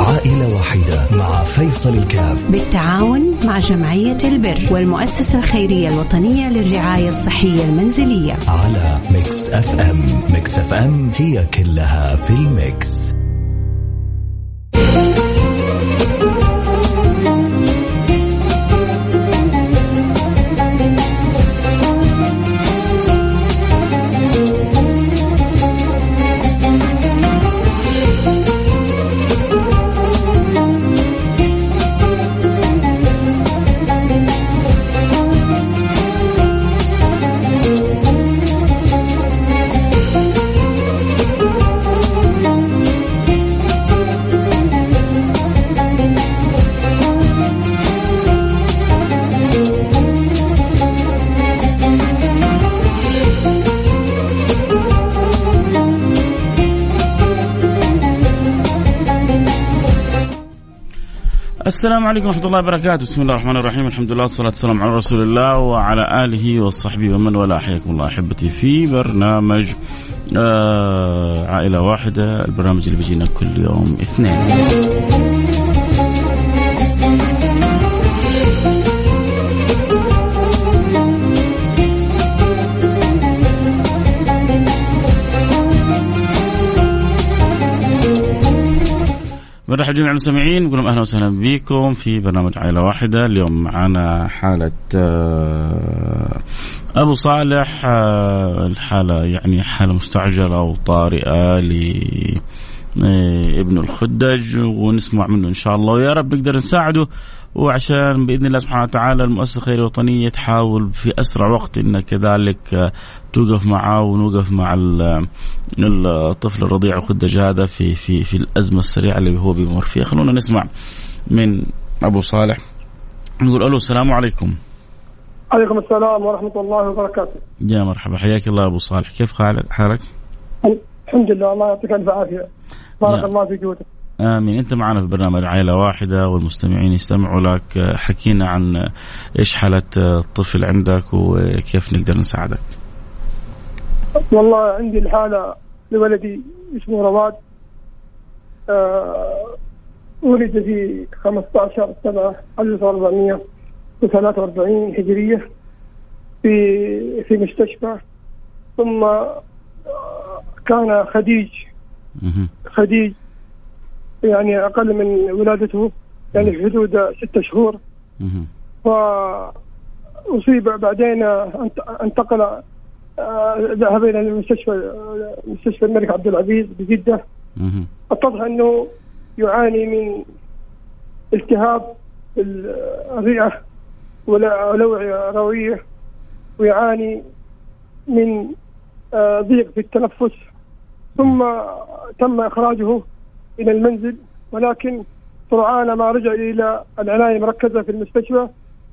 عائلة واحدة مع فيصل الكاف بالتعاون مع جمعية البر والمؤسسة الخيرية الوطنية للرعاية الصحية المنزلية على ميكس اف ام. ميكس اف ام هي كلها في الميكس. السلام عليكم ورحمة الله وبركاته. بسم الله الرحمن الرحيم. الحمد لله والصلاة والسلام على رسول الله وعلى آله وصحبه ومن والاه. حياكم الله أحبتي في برنامج عائلة واحدة، البرنامج اللي بيجينا كل يوم اثنين. مرحبا جميع المستمعين، نقول لهم أهلا وسهلا بكم في برنامج عائلة واحدة. اليوم معنا حالة أبو صالح، الحالة يعني حالة مستعجلة وطارئة لابن الخدج، ونسمع منه إن شاء الله ويا رب نقدر نساعده، وعشان بإذن الله سبحانه وتعالى المؤسسة الخيرية الوطنية تحاول في أسرع وقت إن كذلك توقف معه ونوقف مع الطفل الرضيع الخدج هذا في الأزمة السريعة اللي هو بيمر فيها. خلونا نسمع من أبو صالح. نقول ألو، السلام عليكم. عليكم السلام ورحمة الله وبركاته. يا مرحبا، حياك الله أبو صالح، كيف حالك؟ الحمد لله، الله يعطيك ألف عافية، بارك الله في جودك. آمين. أنت معنا في برنامج عائلة واحدة والمستمعين يستمعوا لك. حكينا عن إيش حالة الطفل عندك وكيف نقدر نساعدك. والله عندي الحالة لولدي اسمه رواد، ولد في 15/7/1443 هجرية في مستشفى، ثم كان خديج يعني أقل من ولادته، يعني في حدود 6 شهور. فأصيب بعدين انتقل، ذهب إلى مستشفى الملك عبد العزيز بجدة. اتضح أنه يعاني من التهاب الرئة والأوعية الروية، ويعاني من ضيق في التنفس. ثم تم إخراجه إلى المنزل، ولكن سرعان ما رجع إلى العناية المركزة في المستشفى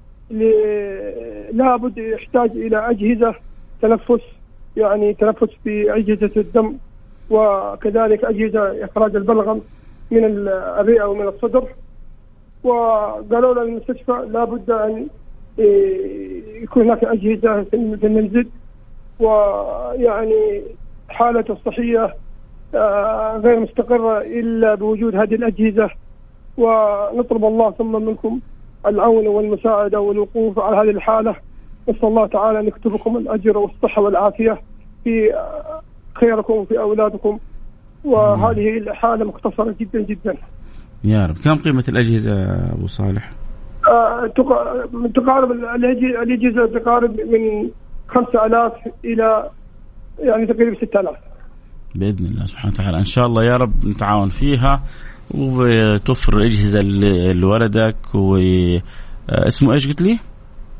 لابد يحتاج إلى أجهزة تنفس، يعني تنفس بأجهزة الدم، وكذلك أجهزة إخراج البلغم من الرئة ومن الصدر. وقالوا له المستشفى لابد أن يكون هناك أجهزة في المنزل، ويعني حالته الصحية غير مستقرة إلا بوجود هذه الأجهزة. ونطلب الله ثم منكم العون والمساعدة والوقوف على هذه الحالة. نسأل الله تعالى أن يكتبكم الأجر والصحة والعافية في خيركم وفي أولادكم. وهذه الحالة مختصرة جدا جدا. يا رب. كم قيمة الأجهزة أبو صالح؟ تقارب الأجهزة تقارب من 5000 إلى يعني تقريبا 6000 بإذن الله سبحانه وتعالى. إن شاء الله يا رب نتعاون فيها وتوفر الأجهزة لولدك. واسمه إيش قلت لي؟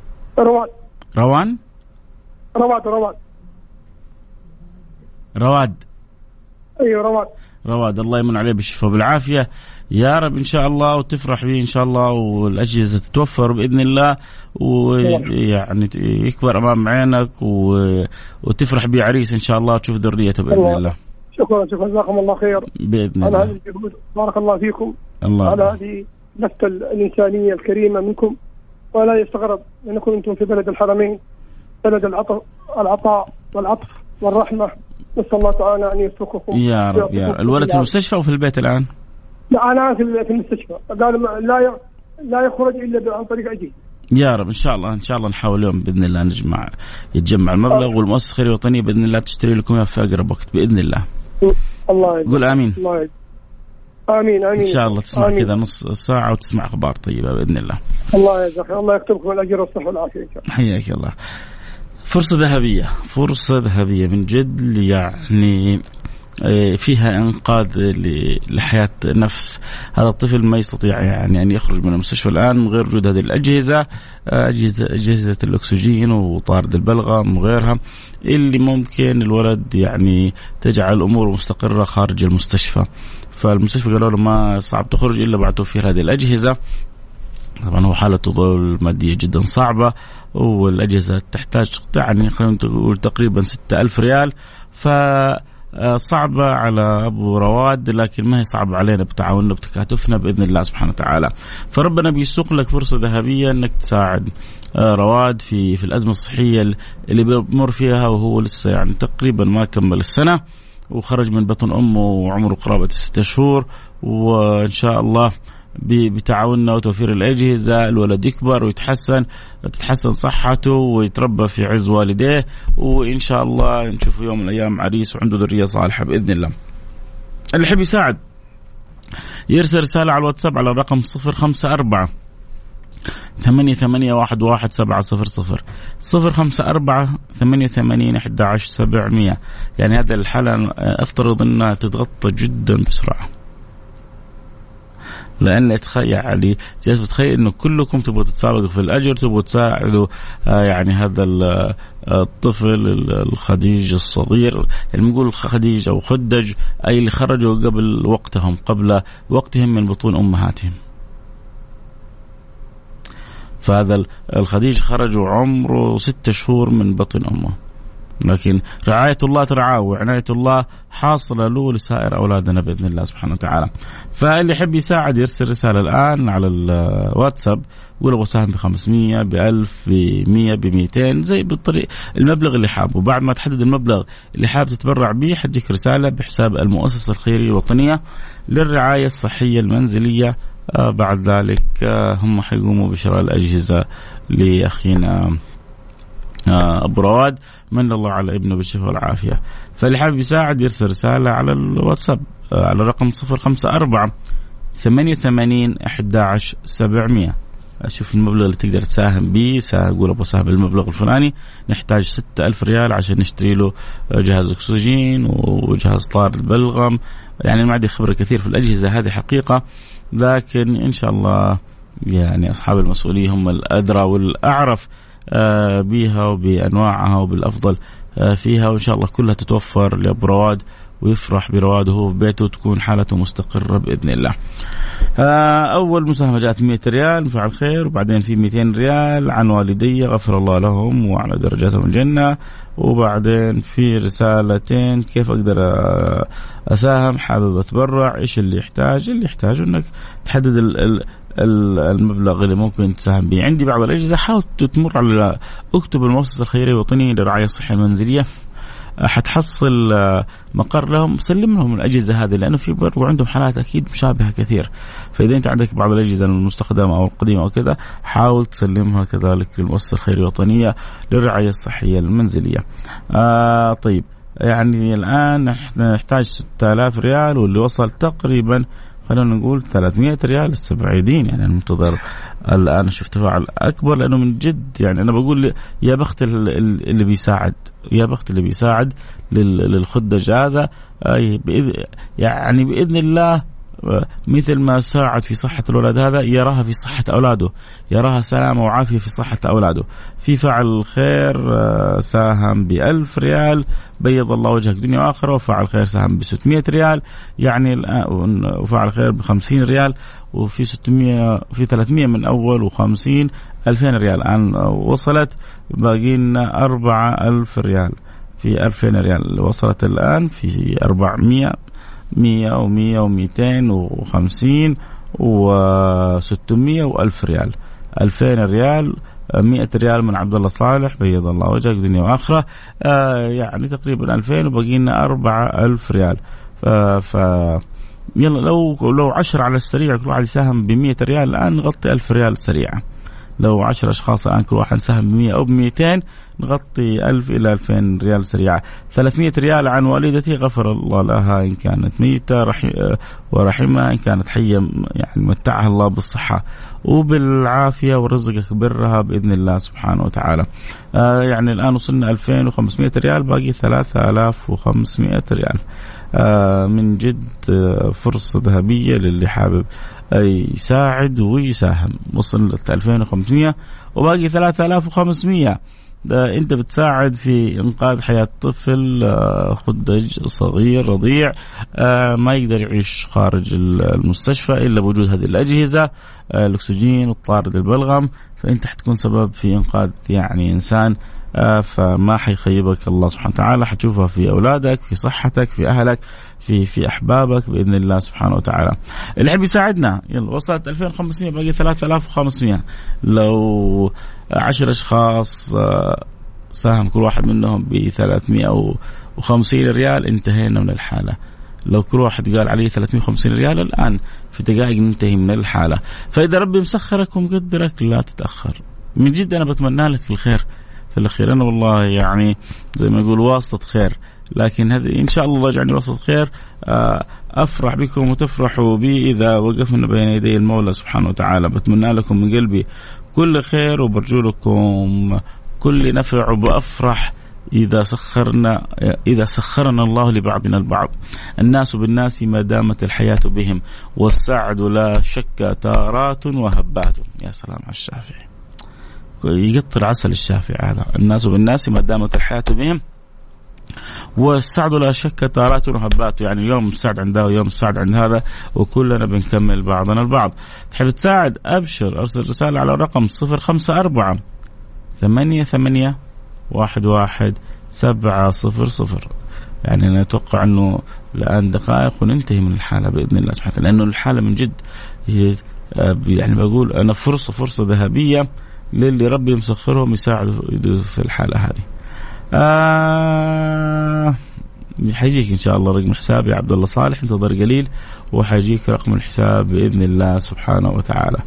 رواد. أيوة رواد. الله يمن عليه بالشفاء بالعافية يا رب إن شاء الله، وتفرح به إن شاء الله، والأجهزة تتوفر بإذن الله، ويعني يكبر أمام عينك وتفرح به عريس إن شاء الله، تشوف ذريته بإذن الله. شكرا جزاكم الله خير بإذن على الله. هذه الجهود، بارك الله فيكم الله على هذه اللفتة الإنسانية الكريمة منكم. ولا يستغرب أنكم أنتم في بلد الحرمين، بلد العطاء والعطف والرحمة. نسأل الله تعالى أن يسلككم يا رب. الولد في المستشفى وفي البيت الآن؟ لا أنا في المستشفى، قالوا لا يخرج إلا عن طريق أجهزة. يا رب إن شاء الله نحاول اليوم بإذن الله يتجمع المبلغ، والمؤسسة الخيرية الوطنية بإذن الله تشتري لكم في أقرب وقت بإذن الله. الله يجزاك. قول آمين. الله آمين. إن شاء الله تسمع كذا نص ساعة وتسمع أخبار طيبة بإذن الله. الله يجزاك، الله يكتبكم الأجر والصحة والعافية إن شاء الله. حياك الله. فرصة ذهبية من جد، يعني فيها إنقاذ لحياة نفس هذا الطفل. ما يستطيع يعني أن يخرج من المستشفى الآن من غير وجود هذه الأجهزة، أجهزة الأكسجين وطارد البلغم وغيرها، اللي ممكن الولد يعني تجعل أموره مستقرة خارج المستشفى. فالمستشفى قالوا له ما صعب تخرج إلا بعد توفير هذه الأجهزة. طبعا هو حالته المادية جدا صعبة، والأجهزة تحتاج يعني خلينا نقول تقريبا 6000 ريال. فصعبة على أبو رواد، لكن ما هي صعبة علينا بتعاوننا بتكاتفنا بإذن الله سبحانه وتعالى. فربنا بيسوق لك فرصة ذهبية أنك تساعد رواد في الأزمة الصحية اللي بيمر فيها، وهو لسه يعني تقريبا ما كمل السنة وخرج من بطن أمه وعمره قرابة 6 شهور. وإن شاء الله بتعاوننا وتوفير الأجهزة الولد يكبر ويتحسن، تتحسن صحته ويتربى في عز والديه، وإن شاء الله نشوفه يوم من الأيام عريس وعنده ذرية صالحة بإذن الله. اللي يحب يساعد يرسل رسالة على الواتساب على الرقم 054 8811 700 054 88 700. يعني هذا الحالة أفترض أنها تتغطى جدا بسرعة، لأن أتخيل جالس بتخيل إنه كلكم تبغوا تتسابقوا في الأجر، تبغوا تساعدوا يعني هذا الطفل الخديج الصغير، يعني نقول خديج أو خدج، أي اللي خرجوا قبل وقتهم من بطون أمهاتهم. فهذا الخديج خرج عمره 6 شهور من بطن أمه، لكن رعاية الله ترعاه وعناية الله حاصلة له لسائر أولادنا بإذن الله سبحانه وتعالى. فاللي يحب يساعد يرسل رسالة الآن على الواتساب، يقول أبغى أساهم ب500 ب1000 ب100 ب200 زي بالطريق المبلغ اللي حابه. وبعد ما تحدد المبلغ اللي حاب تتبرع به حديك رسالة بحساب المؤسسة الخيرية الوطنية للرعاية الصحية المنزلية. بعد ذلك هم حيقوموا بشراء الأجهزة لأخينا أبو رواد، من الله على ابنه بالشفاء والعافية. فاللي حابب يساعد يرسل رسالة على الواتساب على الرقم 054 88 11 700. أشوف المبلغ اللي تقدر تساهم به، سأقول أبغى أساهم بالمبلغ الفلاني، نحتاج 6000 ريال عشان نشتري له جهاز أكسجين وجهاز طارد البلغم. يعني ما عندي خبرة كثير في الأجهزة هذه حقيقة، لكن إن شاء الله يعني أصحاب المسؤولية هم الأدرى والأعرف بيها وبأنواعها وبالأفضل فيها، وإن شاء الله كلها تتوفر لأبو رواد ويفرح برواده وهو في بيته وتكون حالته مستقرة بإذن الله. أول مساهمة جاءت 100 ريال فعل خير، وبعدين في 200 ريال عن والدي غفر الله لهم وعلى درجاتهم الجنة، وبعدين في رسالتين كيف أقدر أساهم، حابب أتبرع، إيش اللي يحتاج أنك تحدد المبلغ اللي ممكن تساهم به. عندي بعض الأجهزة حاول تمر على اكتب المؤسسة الخيرية الوطنية للرعاية الصحية المنزلية، حتحصل مقر لهم، سلم لهم الأجهزة هذه، لأنه في برضو عندهم حالات أكيد مشابهة كثير. فإذا أنت عندك بعض الأجهزة المستخدمة أو القديمة أو كذا حاول تسلمها كذلك للمؤسسة الخيرية الوطنية للرعاية الصحية المنزلية. طيب يعني الآن نحتاج 6000 ريال، واللي وصل تقريبا خلونا نقول 300 ريال السبعيدين. يعني المنتظر الآن شفت تفاعل أكبر، لأنه من جد يعني أنا بقول يا بخت اللي بيساعد، يا بخت اللي بيساعد للخدج هذا. يعني بإذن الله مثل ما ساعد في صحة الولد هذا يراها في صحة أولاده، يراها سلامة وعافية في صحة أولاده. في فعل خير ساهم ب1000 ريال بيض الله وجهك دنيا وآخرة، وفعل خير ساهم ب600 ريال، يعني وفعل خير ب50 ريال، وفي 600 في 300 من أول، و50 2000 ريال الآن وصلت، باقي لنا 4000 ريال. في 2000 ريال وصلت الآن، في 400 100 و100 و200 و50 و600 و1000 ريال، 2000 ريال، 100 ريال من عبد الله صالح بيض الله وجهك دنيا وآخرة، يعني تقريبا 2000، وبقينا 4000 ريال. يلا لو 10 على السريع كل واحد يساهم ب100 ريال، الآن نغطي 1000 ريال سريعة. لو 10 أشخاص الآن كل واحد ساهم ب100 أو ب200 نغطي 1000 إلى 2000 ريال سريعة. 300 ريال عن والدتي غفر الله لها إن كانت ميتة ورحمها، إن كانت حية يعني متعها الله بالصحة وبالعافية ورزقك برها بإذن الله سبحانه وتعالى. يعني الآن وصلنا 2500 ريال، باقي 3500 ريال. من جد فرصة ذهبية للي حابب يساعد ويساهم. وصلت 2500 وباقي 3500. أنت بتساعد في إنقاذ حياة طفل خدج صغير رضيع ما يقدر يعيش خارج المستشفى إلا بوجود هذه الأجهزة، الأكسجين والطارد البلغم. فأنت حتكون سبب في إنقاذ يعني إنسان، فما حيخيبك الله سبحانه وتعالى. حتشوفها في أولادك، في صحتك، في أهلك، في أحبابك بإذن الله سبحانه وتعالى. اللي حب يساعدنا يلا، وصلت 2500 باقي 3500. لو 10 أشخاص ساهم كل واحد منهم ب350 ريال انتهينا من الحالة. لو كل واحد قال عليه 350 ريال الآن في دقائق ننتهي من الحالة. فإذا ربي مسخرك ومقدرك لا تتأخر. من جد أنا بتمنى لك الخير في الأخير. أنا والله يعني زي ما يقول واسطة خير، لكن هذه إن شاء الله يجعلني واسطة خير. أفرح بكم وتفرحوا بي إذا وقفنا بين يدي المولى سبحانه وتعالى. بتمنى لكم من قلبي كل خير وبرجو لكم كل نفع، وبأفرح إذا سخرنا الله لبعضنا البعض. الناس بالناس ما دامت الحياة بهم، والسعد لا شك تارات وهبات. يا سلام على الشافعي، يقطر عسل الشافعي هذا. الناس بالناس ما دامت الحياة بهم، والسعد لا شك تارات وهبات. يعني اليوم السعد عند هذا ويوم السعد عند هذا، وكلنا بنكمل بعضنا البعض. تحب تساعد أبشر، أرسل رسالة على الرقم 0548811700. يعني أنا أتوقع أنه الآن دقائق وننتهي من الحالة بإذن الله سبحانه وتعالى، لأنه الحالة من جد يعني بقول أنا فرصة ذهبية للي ربي مسخرهم يساعدوا في الحالة هذه. حيجيك إن شاء الله رقم حسابي عبد الله صالح، انتظر قليل وحيجيك رقم الحساب بإذن الله سبحانه وتعالى.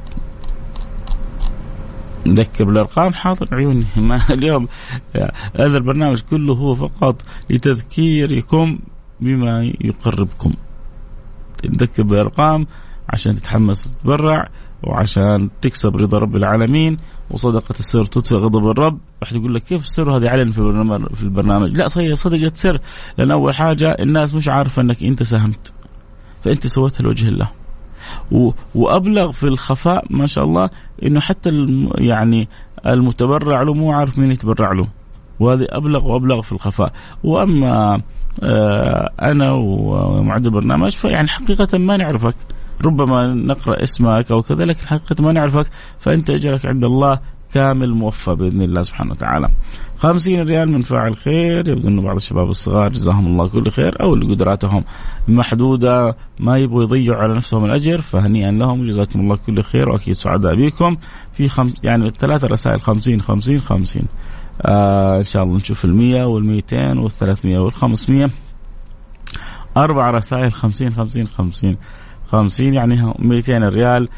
نذكر بالأرقام، حاضر عيوني. ما اليوم هذا البرنامج كله هو فقط لتذكيركم بما يقربكم. نذكر بالأرقام عشان تتحمس تتبرع، وعشان تكسب رضا رب العالمين. وصدقة السر تطفئ غضب الرب. واحد يقول لك كيف السر هذه علن في البرنامج؟ لا، صدقة سر، لأن أول حاجة الناس مش عارفة أنك أنت ساهمت، فأنت سويتها لوجه الله. وأبلغ في الخفاء ما شاء الله إنه حتى يعني المتبرع له مو عارف مين يتبرع له، وهذه أبلغ في الخفاء. وأما أنا ومعد البرنامج فيعني حقيقة ما نعرفك، ربما نقرأ اسمك أو كذا، لكن حقيقة ما نعرفك، فأنت أجرك عند الله كامل موفى بإذن الله سبحانه وتعالى. 50 ريال من فاعل خير. يبدو أن بعض الشباب الصغار جزاهم الله كل خير، أو اللي قدراتهم محدودة ما يبغوا يضيعوا على نفسهم الأجر، فهنيئا لهم جزاكم الله كل خير، وأكيد سعداء بكم. في يعني 3 رسائل 50 50 50. إن شاء الله نشوف 100 وال200 وال300 وال500. 4 رسائل 50 50 50 50 يعني 200 ريال.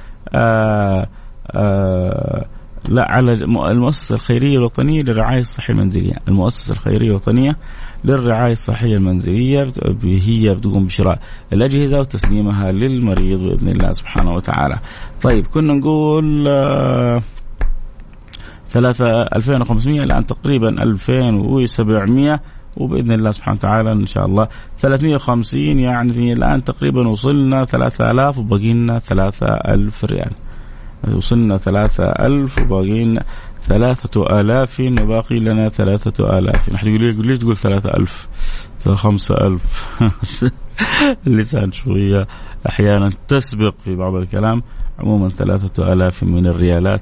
لا، على المؤسسة الخيرية الوطنية للرعاية الصحية المنزلية. المؤسسة الخيرية الوطنية للرعاية الصحية المنزلية هي بتقوم بشراء الأجهزة وتسليمها للمريض بإذن الله سبحانه وتعالى. طيب، كنا نقول 2500 الآن تقريبا 2700، وبإذن الله سبحانه وتعالى إن شاء الله 350. يعني الآن تقريبا وصلنا 3000 وبقينا 3000 ريال. وصلنا 3000 وباقينا 3000 وباقي لنا 3000. نحن يقول ليش تقول 3000 5000 اللسان شوية أحيانا تسبق في بعض الكلام. عموما 3000 من الريالات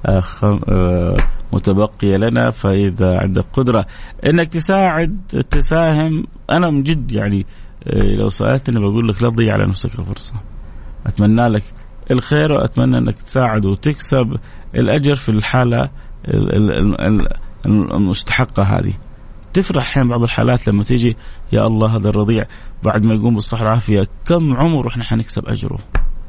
متبقية لنا. فإذا عندك قدرة إنك تساهم، أنا من جد يعني لو سألتني بقول لك لا تضيع على نفسك الفرصة. أتمنى لك الخير، وأتمنى أنك تساعد وتكسب الأجر في الحالة المستحقة هذه. تفرح حين بعض الحالات لما تيجي يا الله هذا الرضيع بعد ما يقوم بالصحة والعافية كم عمر وإحنا حنكسب أجره،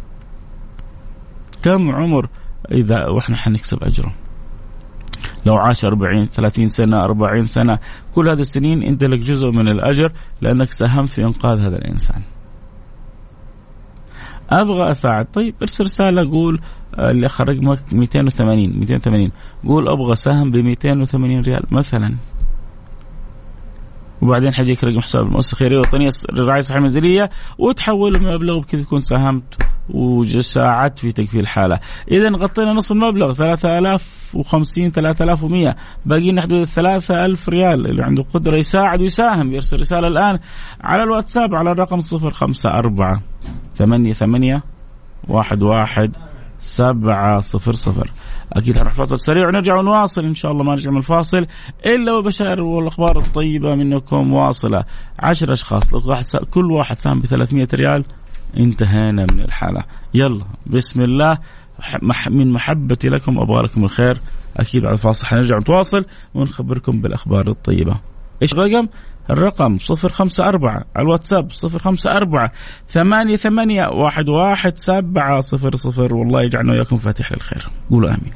كم عمر إذا وإحنا حنكسب أجره. لو عاش 40-30 سنة 40 سنة، كل هذه السنين أنت لك جزء من الأجر لأنك ساهمت في إنقاذ هذا الإنسان. أبغى أساعد، طيب ارسل رسالة قول اللي أخر رقمك 280 قول أبغى ساهم ب280 ريال مثلا، وبعدين حيجيك رقم حساب المؤسسة الخيرية الوطنية للرعاية الصحية المنزلية وتحول مبلغ بكذا تكون ساهمت وساعدت في تكفيل الحالة. إذا غطينا نصف المبلغ 3050 3100، باقينا حدود 3000 ريال. اللي عنده قدرة يساعد ويساهم يرسل رسالة الآن على الواتساب على الرقم 054 88 11700. أكيد هنروح فاصل سريع ونرجع ونواصل إن شاء الله. ما نرجع من الفاصل إلا وبشائر والأخبار الطيبة منكم واصلة. 10 أشخاص كل واحد ساهم ب300 ريال، انتهينا من الحالة. يلا بسم الله، من محبتي لكم أبغى لكم الخير. أكيد على الفاصل حنرجع نتواصل ونخبركم بالأخبار الطيبة. إيش الرقم 054 على الواتساب 054 88 11700. والله يجعلنا وياكم فاتح للخير، قولوا آمين.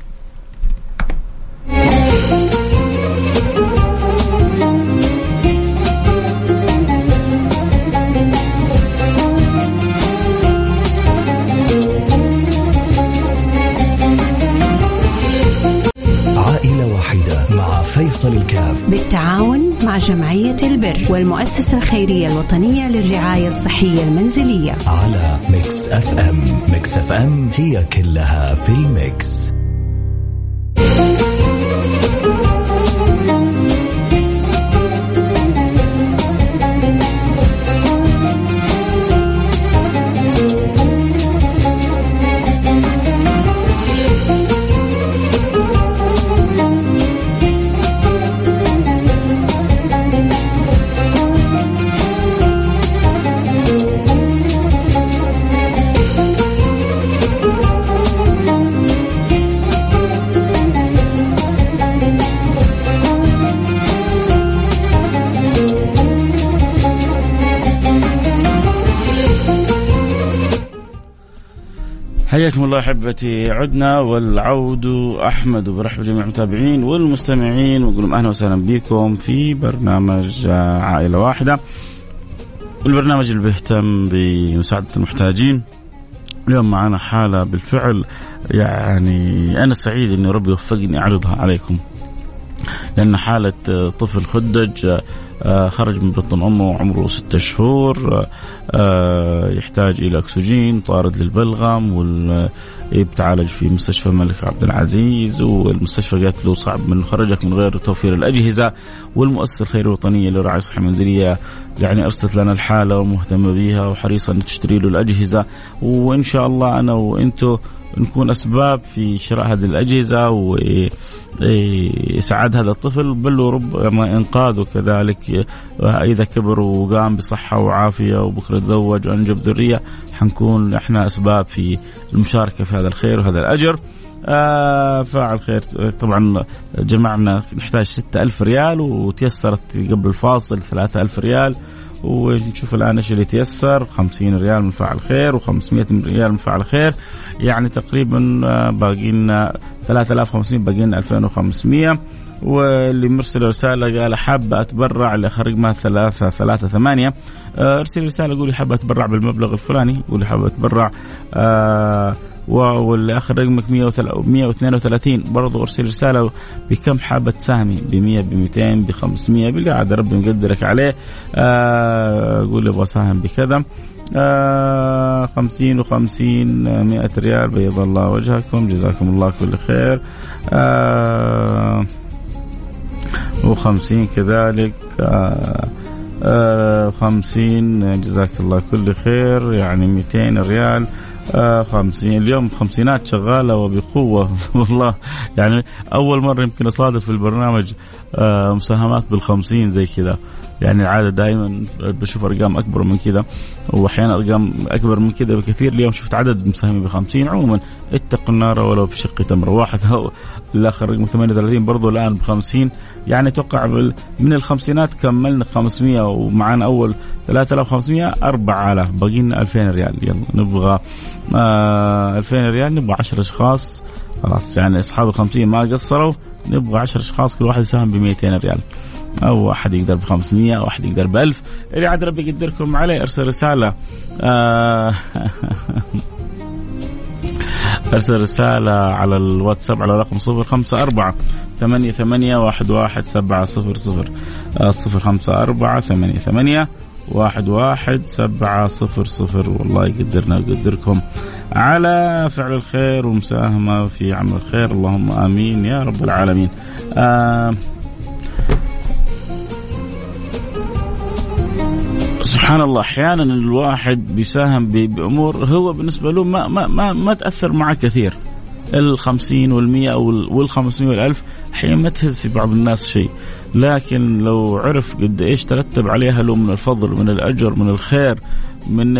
فيصل الكاف بالتعاون مع جمعية البر والمؤسسة الخيرية الوطنية للرعاية الصحية المنزلية على ميكس اف ام. ميكس اف ام هي كلها في الميكس. حياكم الله أحبتي، عدنا والعود أحمد وبرحب جميع المتابعين والمستمعين ونقول لهم أهلا وسهلا بكم في برنامج عائلة واحدة، البرنامج اللي بيهتم بمساعدة المحتاجين. اليوم معنا حالة بالفعل يعني أنا سعيد إن ربي يوفقني أعرضها عليكم، لأن حالة طفل خدج خرج من بطن أمه عمره 6 شهور، يحتاج إلى أكسجين، طارد للبلغم، ويتعالج في مستشفى الملك عبد العزيز، والمستشفى قالت له صعب من خرجك من غير توفير الأجهزة، والمؤسسة الخيرية الوطنية للرعاية الصحية المنزلية يعني أرسلت لنا الحالة ومهتمة بها وحريصة أن تشتري له الأجهزة، وإن شاء الله أنا وإنتو نكون أسباب في شراء هذه الأجهزة وإسعاد هذا الطفل، بل وربما إنقاذه كذلك إذا كبر وقام بصحة وعافية وبكرة تزوج وأنجب ذرية، حنكون إحنا أسباب في المشاركة في هذا الخير وهذا الأجر. فاعل خير. طبعا جمعنا نحتاج 6000 ريال وتيسرت قبل الفاصل 3000 ريال، ونشوف الآن إيش اللي تيسر. 50 ريال من فاعل خير و500 ريال من فاعل خير، يعني تقريبا باقينا 3500، باقينا 2500. واللي مرسل رسالة قال حابة أتبرع لأخرج ما 338، ارسل رسالة قولي حابة أتبرع بالمبلغ الفلاني، قولي حابة أتبرع. واللي آخر رقمك 132 برضو ارسل رسالة بكم حابة تساهمي، ب100 ب200 ب500 بالقاعدة ربي مقدرك عليه. قولي أبغى أساهم بكذا. 50 و50 100 ريال، بيض الله وجهكم، جزاكم الله كل خير. و50 كذلك، 50 جزاك الله كل خير، يعني 200 ريال. 50 اليوم 50 شغالة وبقوة والله، يعني أول مرة يمكن أصادف في البرنامج مساهمات بال50 زي كذا، يعني العادة دائما بشوف أرقام أكبر من كذا، وأحيانا أرقام أكبر من كذا بكثير. اليوم شفت عدد مساهمين ب50. عموما اتقوا النار ولو بشق تمر واحد. الآخر رقم 38 برضو الآن ب50. يعني توقع من الخمسينات كملنا 500 ومعنا أول 3500 4000، باقينا 2000 ريال. يلا نبغى 2000 ريال، نبغى 10 أشخاص خلاص. يعني أصحاب ال50 ما قصروا، نبغى 10 أشخاص كل واحد يساهم ب200 ريال، أو أحد يقدر ب500 أو أحد يقدر ب1000. اللي عاد ربي يقدركم عليه ارسل رسالة ارسل رسالة على الواتساب على رقم 054-88-11700 054-88-11700. والله يقدرنا ويقدركم على فعل الخير ومساهمة في عمل الخير. اللهم آمين يا رب العالمين. سبحان الله، أحيانا الواحد بيساهم بأمور هو بالنسبة له ما تأثر معه كثير. 50 وال100 وال500 وال1000 أحيانا ما تهز في بعض الناس شيء، لكن لو عرف قد إيش ترتب عليها له من الفضل، من الأجر، من الخير، من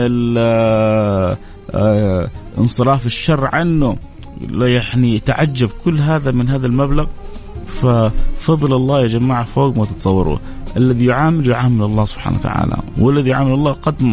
انصراف الشر عنه، لا يعني تعجب كل هذا من هذا المبلغ. ففضل الله يا جماعة فوق ما تتصوروا. الذي يعامل الله سبحانه وتعالى، والذي يعامل الله قد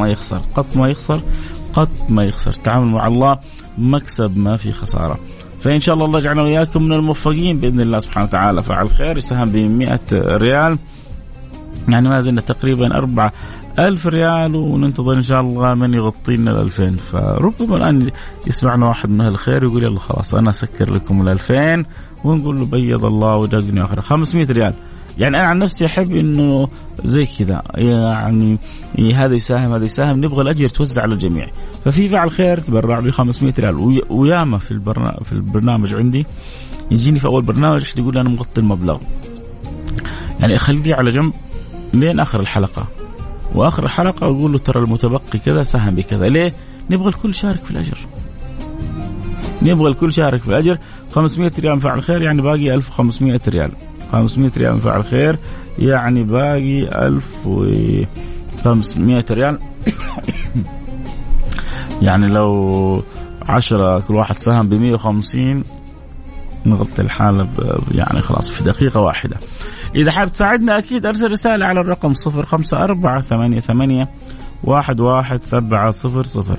ما يخسر. تعامل مع الله مكسب ما في خسارة. فإن شاء الله يجعلنا وإياكم من الموفقين بإذن الله سبحانه وتعالى. فعل خير يساهم ب100 ريال، يعني ما زلنا تقريبا 4000 ريال، وننتظر إن شاء الله من يغطينا 2000. فربما الآن يسمعنا واحد من أهل الخير يقول يلا خلاص أنا أسكر لكم 2000، ونقول له بيض الله وجهك آخر 500 ريال. يعني أنا عن نفسي أحب إنه زي كذا، يعني هذا يساهم هذا يساهم، نبغى الأجر يتوزع على الجميع. ففي فعل خير تبرع ب 500 ريال. وياما في البرنامج عندي يجيني في أول برنامج أحد يقول أنا مغطي المبلغ، يعني أخليه على جنب لين آخر الحلقة، وآخر الحلقة أقول له ترى المتبقي كذا ساهم بكذا. ليه؟ نبغى الكل شارك في الأجر، نبغى الكل شارك في الأجر. 500 ريال من فعل خير يعني باقي 1500 ريال. 500 ريال من فعل خير يعني باقي 1500 ريال. يعني لو 10 كل واحد ساهم ب150 نغطي الحالة يعني خلاص في دقيقة واحدة. إذا حاب تساعدنا أكيد أرسل رسالة على الرقم 054-88-11700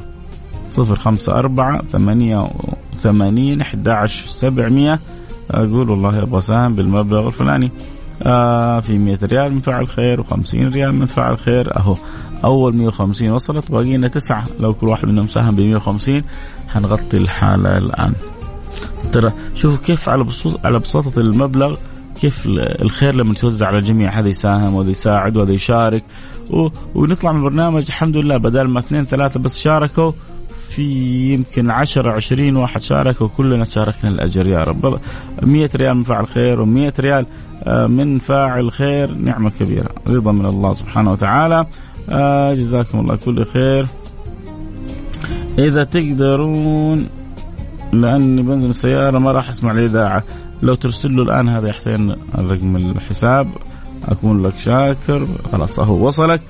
054-88-11700. أقول والله أبغى ساهم بالمبلغ الفلاني، في 100 ريال من فعل خير و50 ريال من فعل خير. أهو أول 150 وصلت، باقينا 9. لو كل واحد منهم ساهم ب150 هنغطي الحالة الآن. ترى شوفوا كيف على بساطة المبلغ، كيف الخير لما يتوزع على الجميع، هذا يساهم وهذا يساعد وهذا يشارك، ونطلع من البرنامج الحمد لله بدل ما 2-3 بس شاركوا، في يمكن 10-20 واحد شارك، وكلنا شاركنا الأجر يا رب. 100 ريال من فاعل خير و100 ريال من فاعل خير، نعمة كبيرة، رضا من الله سبحانه وتعالى. جزاكم الله كل خير. إذا تقدرون، لأني بنزل السيارة ما راح أسمع الإذاعة، لو ترسل له الآن هذا يا حسين رقم الحساب أكون لك شاكر. خلاص أهو وصلك.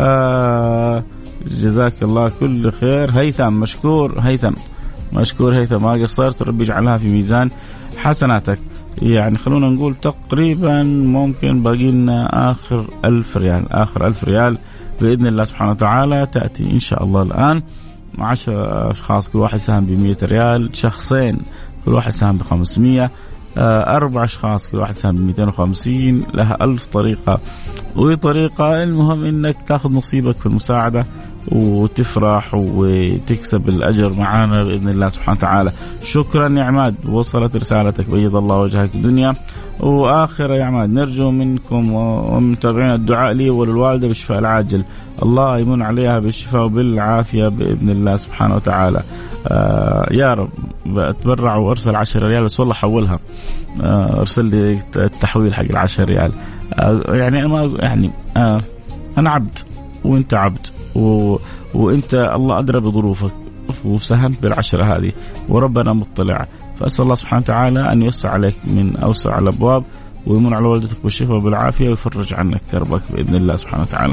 جزاك الله كل خير. هيثم مشكور، مشكور هيثم، ما قصرت، ربي يجعلها في ميزان حسناتك. يعني خلونا نقول تقريبا ممكن باقي لنا آخر 1000 ريال، آخر 1000 ريال بإذن الله سبحانه وتعالى تأتي إن شاء الله. الآن 10 أشخاص كل واحد ساهم ب100 ريال، شخصين كل واحد ساهم ب500، 4 أشخاص كل واحد ساهم ب250، لها 1000 طريقة وطريقة. المهم إنك تأخذ نصيبك في المساعدة وتفرح وتكسب الأجر معانا بإذن الله سبحانه وتعالى. شكرا يا عماد، وصلت رسالتك، بيض الله وجهك الدنيا وآخرة يا عماد. نرجو منكم ومتابعين الدعاء لي وللوالدة بالشفاء العاجل، الله يمن عليها بالشفاء وبالعافية بإذن الله سبحانه وتعالى. يا رب. أتبرع وأرسل 10 ريال بس والله حولها، أرسل لي التحويل حق 10 ريال. يعني أنا عبد وأنت عبد، وأنت الله أدرى بظروفك، وساهمت بال10 هذه، وربنا مطلع. فأسأل الله سبحانه وتعالى أن يوسع عليك من أوسع الأبواب، ويمن على والدتك بالشفاء وبالعافية ويفرج عنك كربك بإذن الله سبحانه وتعالى.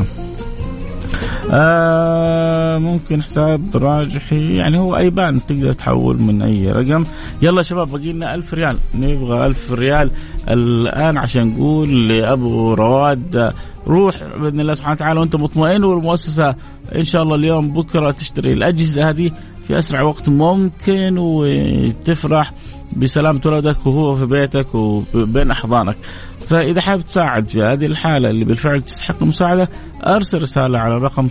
ممكن حساب راجحي، يعني هو أيبان تقدر تحول من أي رقم. يلا شباب باقي لنا 1000 ريال، نبغى 1000 ريال الآن عشان نقول لأبو رواد روح بإذن الله سبحانه وتعالى وأنت مطمئن، والمؤسسة إن شاء الله اليوم بكرة تشتري الأجهزة هذه في أسرع وقت ممكن، وتفرح بسلامة ولدك وهو في بيتك وبين أحضانك. فإذا حابب تساعد في هذه الحالة اللي بالفعل تستحق المساعدة، أرسل رسالة على رقم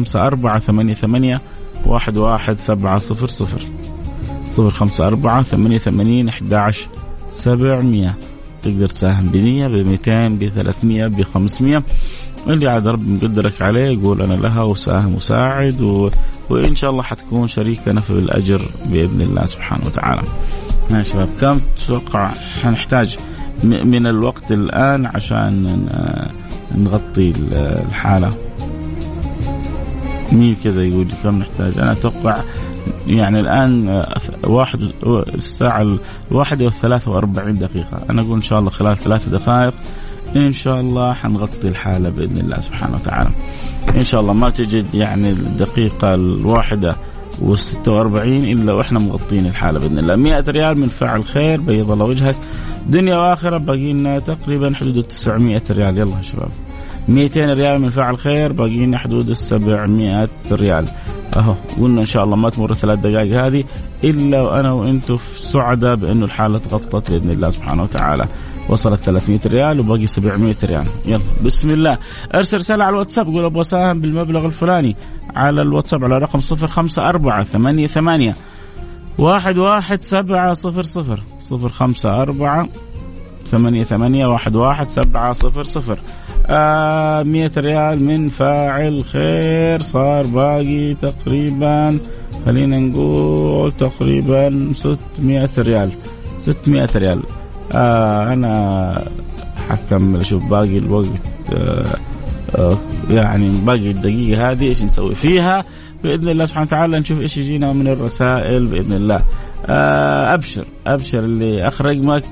0548811700 0548811700. تقدر تساهم ب100 ب200 ب300 ب500 اللي عاد رب مقدرك عليه. يقول أنا لها وساهم وساعد وإن شاء الله حتكون شريكنا في الأجر بإذن الله سبحانه وتعالى. يا شباب كم تتوقع حنحتاج من الوقت الآن عشان نغطي الحالة؟ مين كذا يقول لي كم نحتاج؟ أنا أتوقع يعني الآن الساعة 1:43 دقيقة. أنا أقول إن شاء الله خلال 3 دقائق إن شاء الله حنغطي الحالة بإذن الله سبحانه وتعالى. إن شاء الله ما تجد يعني الدقيقة 1:46 إلا وإحنا مغطين الحالة بإذن الله. 100 ريال من فاعل خير بيض الله وجهك دنيا وآخرة، باقينا تقريبا حدود 900 ريال. يلا يا شباب 200 ريال من فاعل خير، باقينا حدود 700 ريال. أهو قلنا إن شاء الله ما تمر 3 دقائق هذه إلا وأنا وإنتوا في سعداء بأنه الحالة تغطت بإذن الله سبحانه وتعالى. وصلت 300 ريال وباقي 700 ريال. يلا بسم الله. ارسل رسالة على الواتساب قول أبغى أساهم بالمبلغ الفلاني على الواتساب على رقم 0548811700 0548811700. 100 ريال من فاعل خير، صار باقي تقريبا خلينا نقول تقريبا 600 ريال. 600 ريال. أنا حكمل أشوف باقي الوقت. يعني باقي الدقيقة هذه إيش نسوي فيها بإذن الله سبحانه وتعالى. نشوف إيش يجينا من الرسائل بإذن الله. أبشر اللي آخر رقمك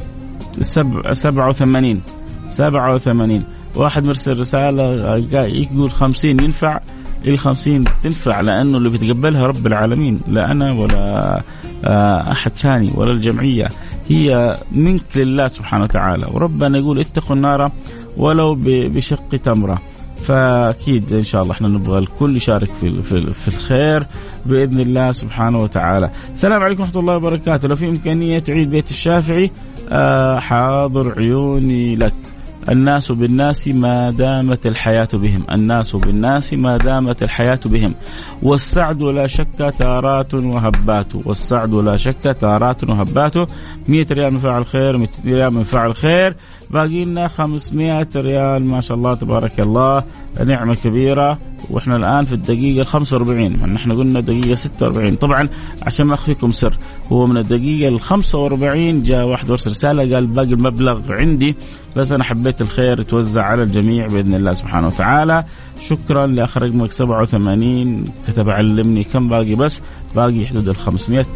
87. واحد مرسل رسالة يقول 50 ينفع. 50 تنفع لأنه اللي بيتقبلها رب العالمين، لا أنا ولا أحد ثاني ولا الجمعية، هي منك لله سبحانه وتعالى. وربنا يقول اتقوا النار ولو بشق تمرة. فأكيد إن شاء الله إحنا نبغى الكل يشارك في الخير بإذن الله سبحانه وتعالى. السلام عليكم ورحمة الله وبركاته. لو في إمكانية تعيد بيت الشافعي حاضر عيوني لك. الناس بالناس ما دامت الحياة بهم، الناس بالناس ما دامت الحياة بهم، والسعد لا شك تارات وهبات، والسعد لا شك تارات وهبات. 100 ريال من فاعل خير، 200 ريال من فاعل خير، باقي لنا 500 ريال. ما شاء الله تبارك الله، نعمة كبيرة. وإحنا الآن في الدقيقة 45، نحن قلنا دقيقة 46. طبعا عشان ما أخفيكم سر، هو من الدقيقة 45 جاء واحد ورسل رسالة قال باقي المبلغ عندي، بس أنا حبيت الخير يتوزع على الجميع بإذن الله سبحانه وتعالى. شكرا لآخر رقمك 87 كتب علمني كم باقي، بس باقي حدود 500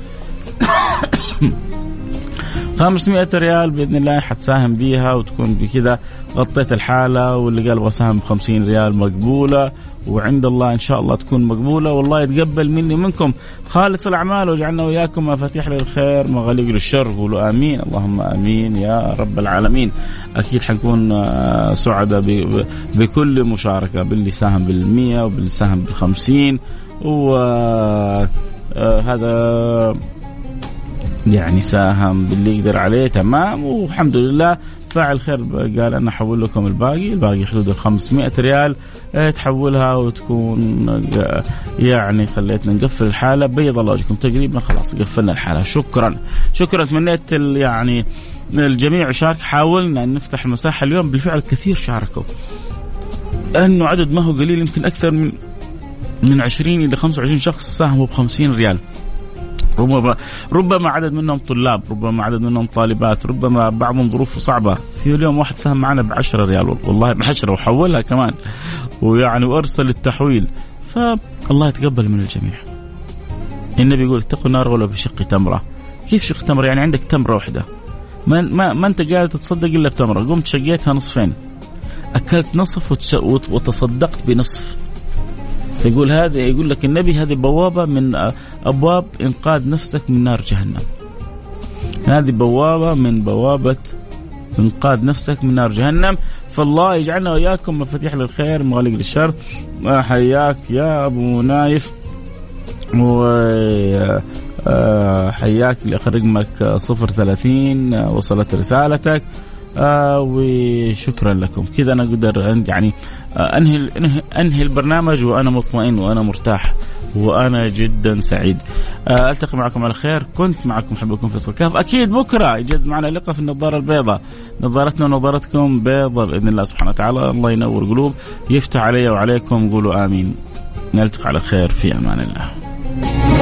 ريال بإذن الله حتساهم بيها وتكون بكذا غطيت الحالة. واللي قال بساهم ب50 ريال مقبولة، وعند الله إن شاء الله تكون مقبولة. والله يتقبل مني منكم خالص الأعمال، وجعلنا وياكم مفاتيح للخير مغاليق للشر. قولوا آمين اللهم آمين يا رب العالمين. أكيد حنكون سعداء بكل مشاركة، باللي ساهم بال100 وباللي ساهم بال50. وهذا يعني ساهم باللي يقدر عليه تمام، والحمد لله فاعل خير قال أنا أحول لكم الباقي حدود 500 ريال تحولها وتكون يعني خليتنا نقفل الحالة. بيض الله وجهكم، تقريبا خلاص قفلنا الحالة. شكرا تمنيت يعني الجميع يشارك. حاولنا أن نفتح المساحة اليوم، بالفعل كثير شاركوا، أنه عدد ما هو قليل، يمكن أكثر من 20 إلى 25 شخص ساهموا ب50 ريال. ربما عدد منهم طلاب، ربما عدد منهم طالبات، ربما بعضهم ظروفه صعبة. في اليوم واحد ساهم معنا ب10 ريال، والله ب10 وحولها كمان، ويعني وأرسل التحويل. فالله يتقبل من الجميع. النبي يقول اتقوا النار ولو بشق تمرة. كيف شق تمرة؟ يعني عندك تمرة واحدة ما أنت قادر تتصدق إلا بتمرة، قمت شقيتها نصفين، أكلت نصف وتصدقت بنصف. فيقول هذا، يقول لك النبي هذه بوابة من أبواب إنقاذ نفسك من نار جهنم. هذه بوابة من بوابة إنقاذ نفسك من نار جهنم. فالله يجعلنا وإياكم مفاتيح للخير مغالق للشر. حياك يا أبو نايف، وحياك لآخر رقمك 030 وصلت رسالتك. وشكرا لكم. كذا أنا أقدر يعني أنهي البرنامج وأنا مطمئن وأنا مرتاح وأنا جدا سعيد. ألتقي معكم على خير. كنت معكم حبكم فيصل كاف. أكيد بكرة يجد معنا لقاء في النظارة البيضاء. نظارتنا ونظارتكم بيضاء بإذن الله سبحانه وتعالى. الله ينور قلوب، يفتح علي وعليكم. قولوا آمين. نلتقي على خير في أمان الله.